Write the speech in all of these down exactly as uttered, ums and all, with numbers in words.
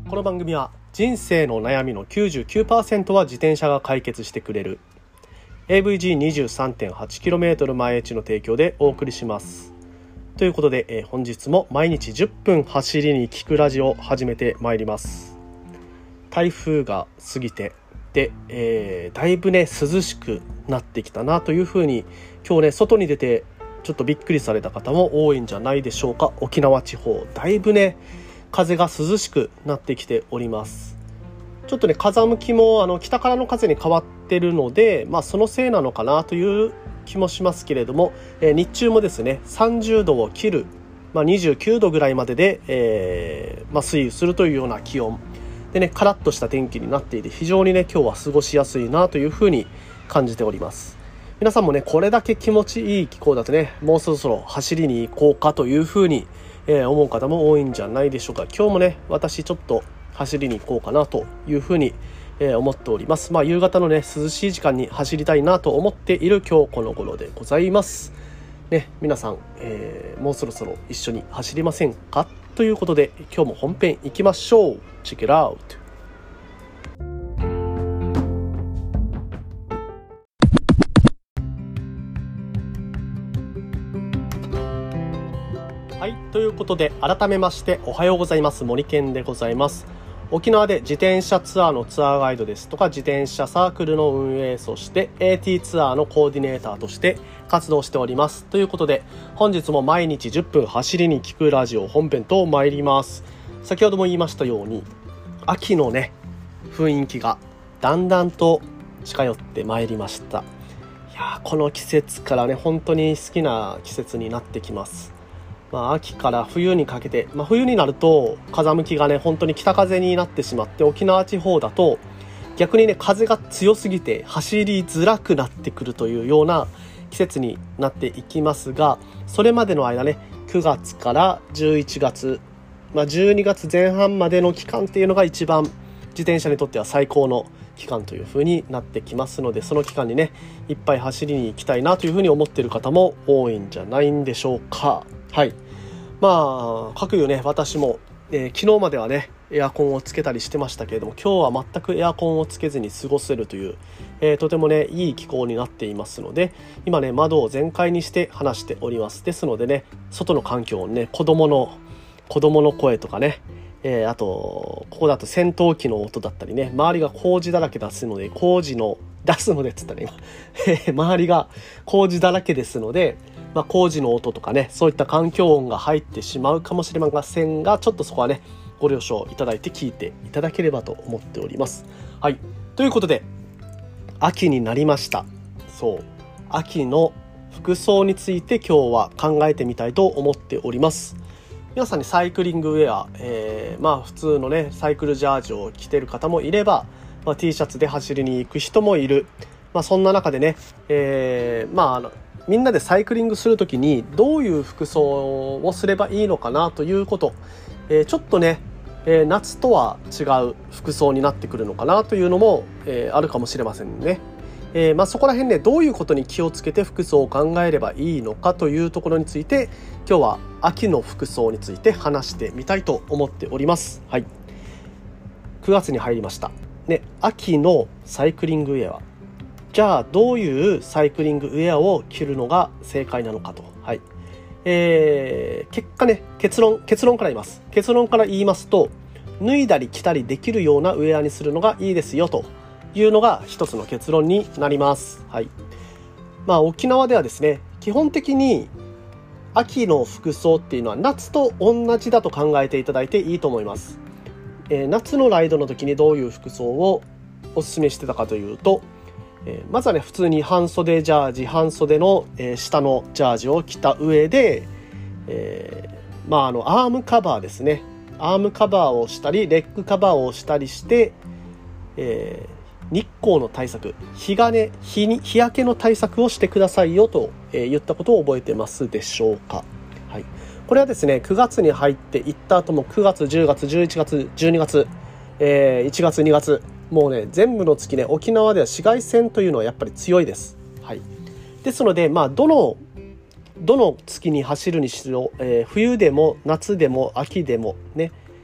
この番組は人生の悩みの きゅうじゅうきゅうパーセント は自転車が解決してくれる エーブイジーにじゅうさんてんはちキロメートル 毎日の提供でお送りします。ということで、えー、本日も毎日じゅっぷん走りに聞くラジオを始めてまいります。台風が過ぎてで、えー、だいぶね涼しくなってきたなというふうに今日ね外に出てちょっとびっくりされた方も多いんじゃないでしょうか。沖縄地方だいぶね風が涼しくなってきております。ちょっとね風向きもあの北からの風に変わってるので、まあ、そのせいなのかなという気もしますけれども、えー、日中もですねさんじゅうどを切る、まあ、にじゅうきゅうどぐらいまでで、えーまあ、推移するというような気温でねカラッとした天気になっていて非常にね今日は過ごしやすいなというふうに感じております。皆さんもねこれだけ気持ちいい気候だとねもうそろそろ走りに行こうかというふうにえー、思う方も多いんじゃないでしょうか。今日もね私ちょっと走りに行こうかなというふうに、えー、思っております。まあ夕方のね涼しい時間に走りたいなと思っている今日この頃でございますね。皆さん、えー、もうそろそろ一緒に走りませんかということで今日も本編行きましょう。チェックイットアウト。はい、ということで改めましておはようございます。森健でございます。沖縄で自転車ツアーのツアーガイドですとか自転車サークルの運営、そして エーティー ツアーのコーディネーターとして活動しております。ということで本日も毎日じゅっぷん走りに聞くラジオ本編と参ります。先ほども言いましたように秋のね雰囲気がだんだんと近寄ってまいりました。いやこの季節からね本当に好きな季節になってきます。まあ、秋から冬にかけて、まあ、冬になると風向きがね本当に北風になってしまって沖縄地方だと逆にね風が強すぎて走りづらくなってくるというような季節になっていきますが、それまでの間ねくがつからじゅういちがつ、まあ、じゅうにがつぜん半までの期間っていうのが一番自転車にとっては最高の期間という風になってきますので、その期間にねいっぱい走りに行きたいなという風に思っている方も多いんじゃないんでしょうか。はい、まあ各有ね私も、えー、昨日まではねエアコンをつけたりしてましたけれども今日は全くエアコンをつけずに過ごせるという、えー、とてもねいい気候になっていますので今ね窓を全開にして話しております。ですのでね外の環境をね子供の子供の声とかね、えー、あとここだと戦闘機の音だったりね周りが工事だらけ出すので工事の出すのでっつったら今周りが工事だらけですので、まあ、工事の音とかねそういった環境音が入ってしまうかもしれませんがちょっとそこはねご了承いただいて聞いていただければと思っております。はい、ということで秋になりました。そう秋の服装について今日は考えてみたいと思っております。皆さんにサイクリングウェア、えー、まあ普通のねサイクルジャージを着てる方もいれば、まあ、T シャツで走りに行く人もいる。まあ、そんな中でね、えー、まああのみんなでサイクリングするときにどういう服装をすればいいのかなということ、えー、ちょっとね、えー、夏とは違う服装になってくるのかなというのも、えー、あるかもしれませんね。えーまあ、そこら辺ねどういうことに気をつけて服装を考えればいいのかというところについて今日は秋の服装について話してみたいと思っております。はい、くがつに入りました、ね、秋のサイクリングウェアじゃあどういうサイクリングウェアを着るのが正解なのかと、はいえー、結果ね結論結論から言います結論から言いますと脱いだり着たりできるようなウェアにするのがいいですよというのが一つの結論になります。はい、まあ沖縄ではですね基本的に秋の服装っていうのは夏と同じだと考えていただいていいと思います。えー、夏のライドの時にどういう服装をお勧めしてたかというと、えー、まずはね普通に半袖ジャージ半袖の、えー、下のジャージを着た上で、えー、まああのアームカバーですねアームカバーをしたりレッグカバーをしたりして、えー日光の対策、日がね、日に、日焼けの対策をしてくださいよと、えー、言ったことを覚えてますでしょうか。はい。これはですね、くがつに入っていった後もくがつ、じゅうがつ、じゅういちがつ、じゅうにがつ、えー、いちがつ、にがつ、もうね、全部の月ね、沖縄では紫外線というのはやっぱり強いです。はい。ですので、まあ、どの、どの月に走るにしろ、えー、冬でも夏でも秋でもね、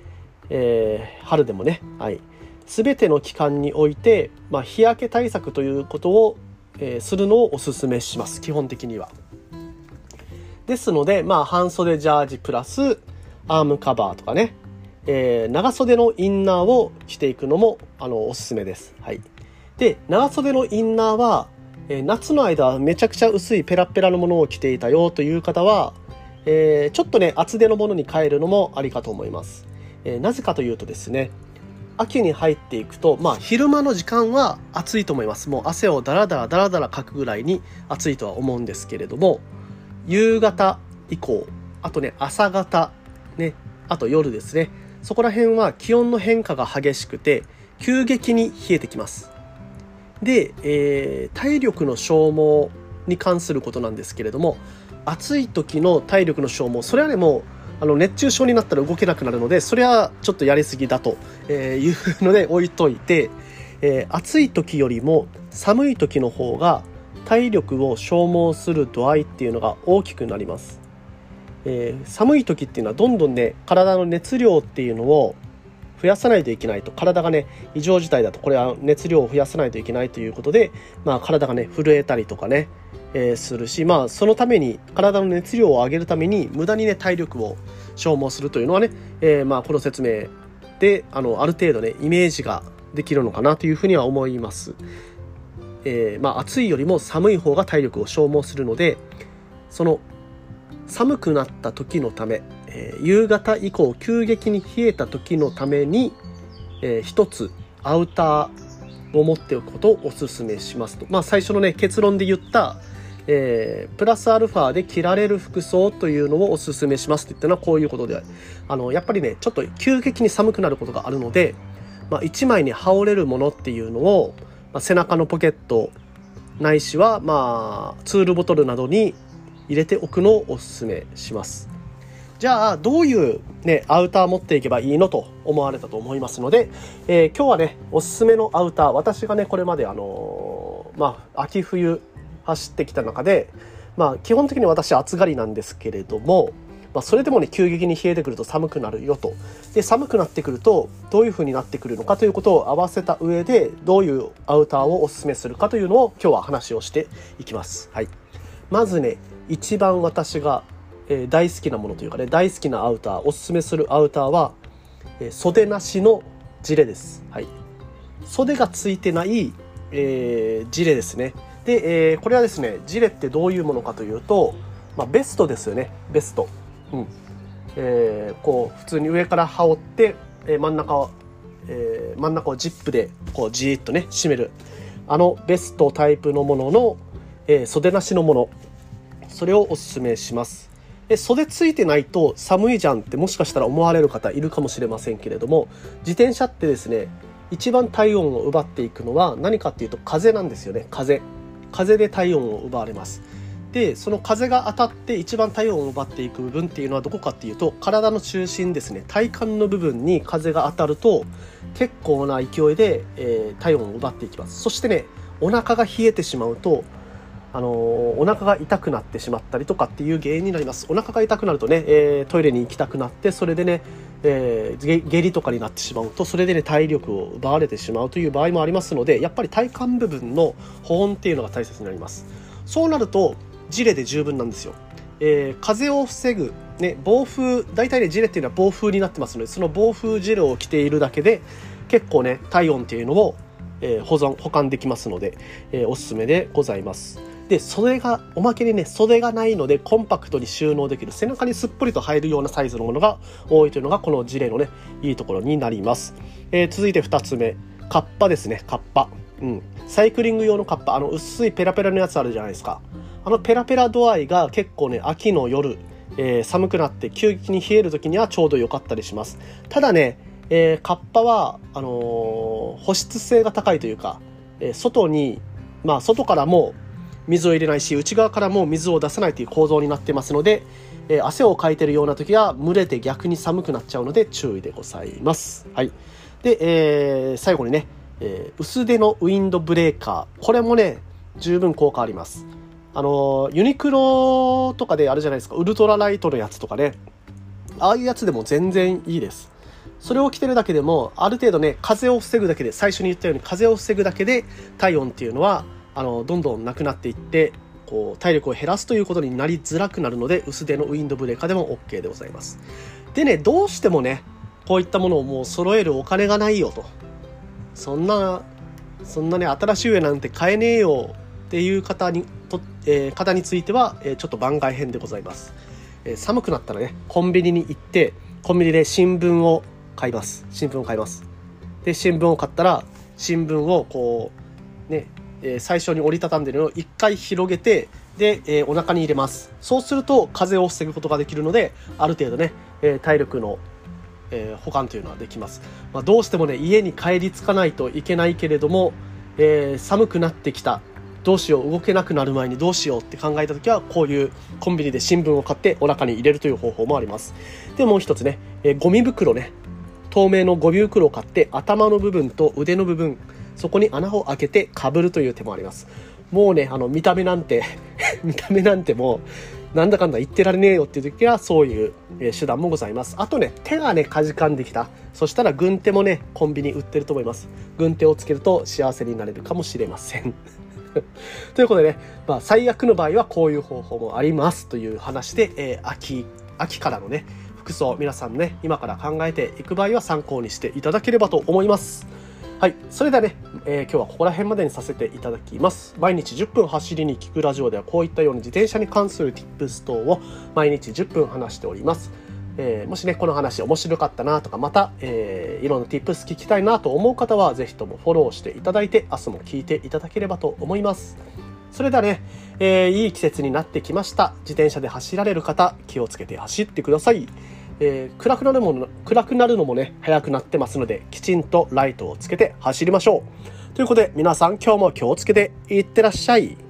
えー、春でもね、はい、全ての期間において、まあ、日焼け対策ということを、えー、するのをおすすめします。基本的には。ですので、まあ、半袖ジャージプラスアームカバーとかね、えー、長袖のインナーを着ていくのもあのおすすめです。はい。で、長袖のインナーは、えー、夏の間めちゃくちゃ薄いペラペラのものを着ていたよという方は、えー、ちょっとね厚手のものに変えるのもありかと思います。えー、なぜかというとですね、秋に入っていくと、まあ昼間の時間は暑いと思います。もう汗をダラダラダラダラかくぐらいに暑いとは思うんですけれども、夕方以降、あとね朝方ね、あと夜ですね、そこら辺は気温の変化が激しくて急激に冷えてきます。で、えー、体力の消耗に関することなんですけれども、暑い時の体力の消耗、それはねもうあの熱中症になったら動けなくなるので、それはちょっとやりすぎだというので置いといて、えー、暑い時よりも寒い時の方が体力を消耗する度合いっていうのが大きくなります。えー、寒い時っていうのはどんどんね体の熱量っていうのを増やさないといけないと、体がね異常事態だと、これは熱量を増やさないといけないということで、まあ、体がね震えたりとかね、えー、するし、まあそのために体の熱量を上げるために無駄にね体力を消耗するというのはね、えー、まあこの説明であのある程度ねイメージができるのかなというふうには思います。えー、まあ暑いよりも寒い方が体力を消耗するので、その寒くなった時のため、えー、夕方以降急激に冷えた時のために、えー、一つアウターを持っておくことをお勧めしますと。まあ最初のね結論で言った、えー、プラスアルファで着られる服装というのをお勧めしますと言ったのはこういうことで、あのやっぱりねちょっと急激に寒くなることがあるので、まあ、いちまいに羽織れるものっていうのを、まあ、背中のポケットないしはまあツールボトルなどに入れておくのをお勧めします。じゃあどういう、ね、アウター持っていけばいいのと思われたと思いますので、えー、今日はねおすすめのアウター、私がねこれまであのー、まあ秋冬走ってきた中で、まあ基本的に私暑がりなんですけれども、まあ、それでもね急激に冷えてくると寒くなるよと。で寒くなってくるとどういう風になってくるのかということを合わせた上で、どういうアウターをおすすめするかというのを今日は話をしていきます。はい。まずね一番私が大好きなものというかね、大好きなアウター、おすすめするアウターは袖なしのジレです。はい。袖がついてない、えー、ジレですね。で、えー、これはですね、ジレってどういうものかというと、まあ、ベストですよね。ベスト。うん。えー、こう普通に上から羽織って、えー、真ん中を、えー、真ん中をジップでこうじーっとね締める、あのベストタイプのものの、えー、袖なしのもの、それをおすすめします。で袖ついてないと寒いじゃんってもしかしたら思われる方いるかもしれませんけれども、自転車ってですね一番体温を奪っていくのは何かっていうと風なんですよね。風風で体温を奪われます。でその風が当たって一番体温を奪っていく部分っていうのはどこかっていうと、体の中心ですね、体幹の部分に風が当たると結構な勢いで、えー、体温を奪っていきます。そしてねお腹が冷えてしまうとあのー、お腹が痛くなってしまったりとかっていう原因になります。お腹が痛くなるとね、えー、トイレに行きたくなって、それでね、えー、下痢とかになってしまうと、それでね体力を奪われてしまうという場合もありますので、やっぱり体幹部分の保温っていうのが大切になります。そうなるとジレで十分なんですよ。えー、風を防ぐ、ね、防風、大体ねジレっていうのは防風になってますので、その防風ジレを着ているだけで結構ね体温っていうのを、えー、保存保管できますので、えー、おすすめでございます。で袖がおまけにね袖がないのでコンパクトに収納できる、背中にすっぽりと入るようなサイズのものが多いというのがこのジレのねいいところになります。えー、続いてふたつめ、カッパですね。カッパ、うん、サイクリング用のカッパ、あの薄いペラペラのやつあるじゃないですか。あのペラペラ度合いが結構ね秋の夜、えー、寒くなって急激に冷える時にはちょうど良かったりします。ただね、えー、カッパはあのー、保湿性が高いというか、えー、外にまあ外からも水を入れないし、内側からも水を出さないという構造になってますので、えー、汗をかいているような時は蒸れて逆に寒くなっちゃうので注意でございます。はい。で、えー、最後にね、えー、薄手のウィンドブレーカー、これもね十分効果あります。あのユニクロとかであるじゃないですか、ウルトラライトのやつとかね、ああいうやつでも全然いいです。 それを着てるだけでもある程度ね、風を防ぐだけで、最初に言ったように風を防ぐだけで体温っていうのはあのどんどんなくなっていって、こう体力を減らすということになりづらくなるので、薄手のウィンドブレーカーでも OK でございます。でね、どうしてもねこういったものをもう揃えるお金がないよと、そんなそんなね新しい上なんて買えねえよっていう方にと、えー、方については、えー、ちょっと番外編でございます。えー、寒くなったらね、コンビニに行ってコンビニで新聞を買います新聞を買いますで、新聞を買ったら新聞をこうね、えー、最初に折りたたんでるのを一回広げて、で、えー、お腹に入れます。そうすると風を防ぐことができるので、ある程度ね、えー、体力のえー、保管というのはできます。まあ、どうしてもね家に帰り着かないといけないけれども、えー、寒くなってきた、どうしよう、動けなくなる前にどうしようって考えた時は、こういうコンビニで新聞を買ってお腹に入れるという方法もあります。でもう一つね、えー、ゴミ袋ね、透明のゴミ袋を買って頭の部分と腕の部分、そこに穴を開けてかぶるという手もあります。もうねあの見た目なんて見た目なんてもうなんだかんだ言ってられねえよっていう時はそういう、えー、手段もございます。あとね、手がねかじかんできた、そしたら軍手もねコンビニ売ってると思います。軍手をつけると幸せになれるかもしれませんということでね、まあ、最悪の場合はこういう方法もありますという話で、えー、秋秋からのね服装、皆さんね今から考えていく場合は参考にしていただければと思います。はい、それではね、えー、今日はここら辺までにさせていただきます。毎日じゅっぷん走りに聞くラジオでは、こういったように自転車に関する Tips 等を毎日じゅっぷん話しております。えー、もしねこの話面白かったなとか、また、えー、いろんな Tips 聞きたいなと思う方は、ぜひともフォローしていただいて、明日も聞いていただければと思います。それではね、えー、いい季節になってきました。自転車で走られる方、気をつけて走ってください。えー、暗くなるも暗くなるのもね早くなってますので、きちんとライトをつけて走りましょう。ということで皆さん、今日も気をつけていってらっしゃい。